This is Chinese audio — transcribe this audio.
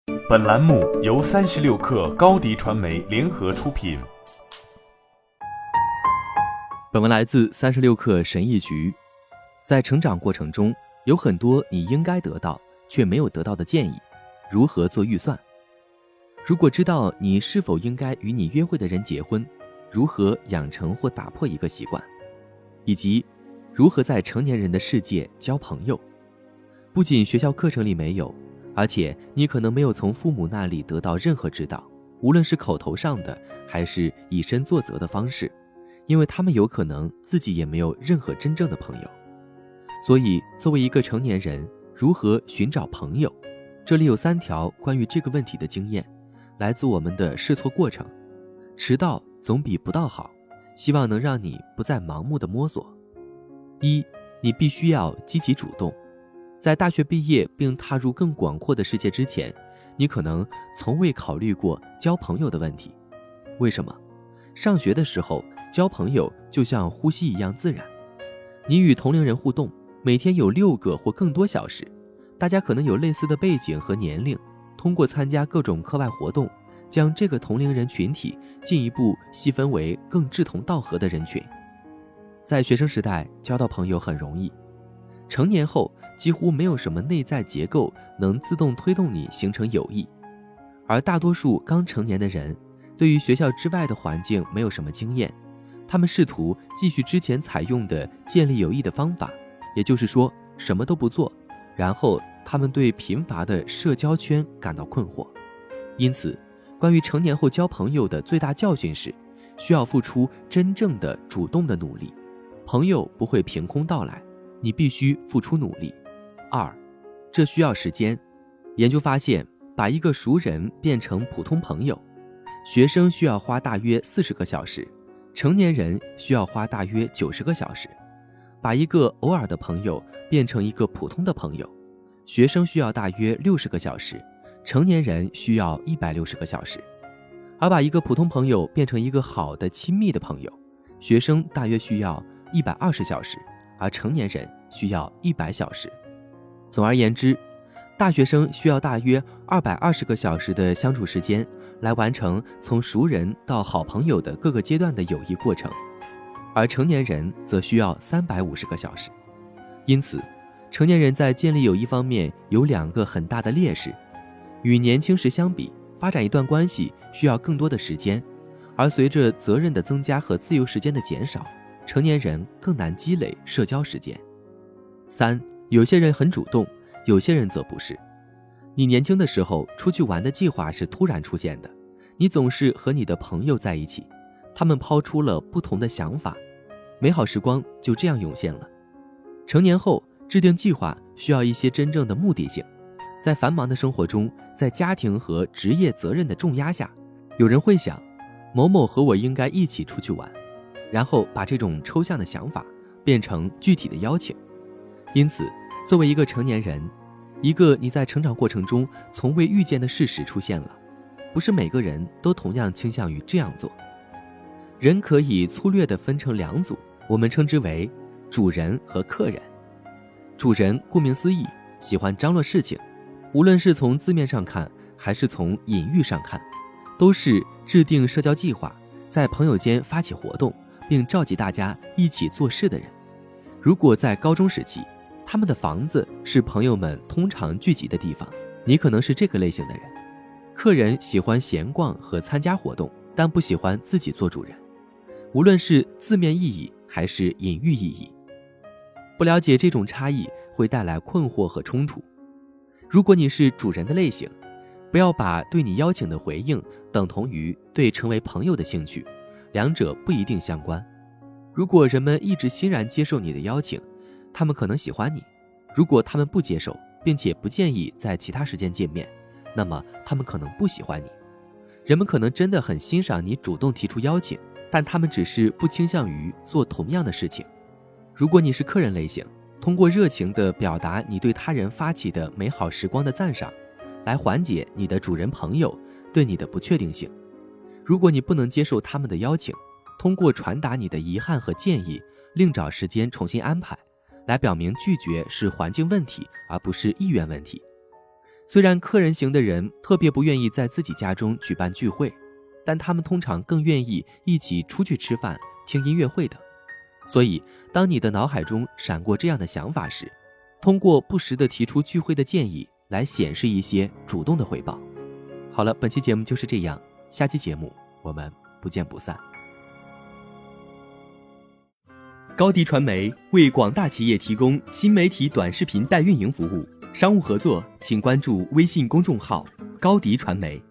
本栏目由36氪高迪传媒联合出品。 本文来自36氪神译局。在成长过程中，有很多你应该得到却没有得到的建议，如何做预算？如果知道你是否应该与你约会的人结婚，如何养成或打破一个习惯，以及如何在成年人的世界交朋友。不仅学校课程里没有，而且你可能没有从父母那里得到任何指导，无论是口头上的还是以身作则的方式，因为他们有可能自己也没有任何真正的朋友。所以作为一个成年人，如何寻找朋友？这里有3条关于这个问题的经验，来自我们的试错过程。迟到总比不到好，希望能让你不再盲目的摸索。1，你必须要积极主动。在大学毕业并踏入更广阔的世界之前，你可能从未考虑过交朋友的问题。为什么？上学的时候，交朋友就像呼吸一样自然。你与同龄人互动，每天有6个或更多小时，大家可能有类似的背景和年龄，通过参加各种课外活动，将这个同龄人群体进一步细分为更志同道合的人群。在学生时代交到朋友很容易，成年后几乎没有什么内在结构能自动推动你形成友谊，而大多数刚成年的人对于学校之外的环境没有什么经验，他们试图继续之前采用的建立友谊的方法，也就是说什么都不做，然后他们对贫乏的社交圈感到困惑。因此，关于成年后交朋友的最大教训是，需要付出真正的主动的努力。朋友不会凭空到来，你必须付出努力。2，这需要时间。研究发现，把一个熟人变成普通朋友，学生需要花大约40个小时，成年人需要花大约90个小时。把一个偶尔的朋友变成一个普通的朋友，学生需要大约60个小时，成年人需要160个小时。而把一个普通朋友变成一个好的亲密的朋友，学生大约需要120小时，而成年人需要100小时。总而言之，大学生需要大约220个小时的相处时间来完成从熟人到好朋友的各个阶段的友谊过程，而成年人则需要350个小时。因此，成年人在建立友谊方面有2个很大的劣势。与年轻时相比，发展一段关系需要更多的时间，而随着责任的增加和自由时间的减少，成年人更难积累社交时间。3，有些人很主动，有些人则不是。你年轻的时候出去玩的计划是突然出现的，你总是和你的朋友在一起，他们抛出了不同的想法，美好时光就这样涌现了。成年后制定计划需要一些真正的目的性，在繁忙的生活中，在家庭和职业责任的重压下，有人会想，某某和我应该一起出去玩，然后把这种抽象的想法变成具体的邀请。因此，作为一个成年人，一个你在成长过程中从未遇见的事实出现了，不是每个人都同样倾向于这样做。人可以粗略地分成2组，我们称之为主人和客人。主人顾名思义，喜欢张罗事情，无论是从字面上看还是从隐喻上看，都是制定社交计划，在朋友间发起活动，并召集大家一起做事的人。如果在高中时期，他们的房子是朋友们通常聚集的地方，你可能是这个类型的人。客人喜欢闲逛和参加活动，但不喜欢自己做主人，无论是字面意义还是隐喻意义。不了解这种差异会带来困惑和冲突。如果你是主人的类型，不要把对你邀请的回应等同于对成为朋友的兴趣，两者不一定相关。如果人们一直欣然接受你的邀请，他们可能喜欢你；如果他们不接受，并且不建议在其他时间见面，那么他们可能不喜欢你。人们可能真的很欣赏你主动提出邀请，但他们只是不倾向于做同样的事情。如果你是客人类型，通过热情地表达你对他人发起的美好时光的赞赏，来缓解你的主人朋友对你的不确定性。如果你不能接受他们的邀请，通过传达你的遗憾和建议，另找时间重新安排，来表明拒绝是环境问题而不是意愿问题。 虽然客人型的人特别不愿意在自己家中举办聚会，但他们通常更愿意一起出去吃饭、听音乐会等。所以，当你的脑海中闪过这样的想法时，通过不时地提出聚会的建议来显示一些主动的回报。好了，本期节目就是这样，下期节目我们不见不散。高迪传媒为广大企业提供新媒体短视频代运营服务，商务合作请关注微信公众号高迪传媒。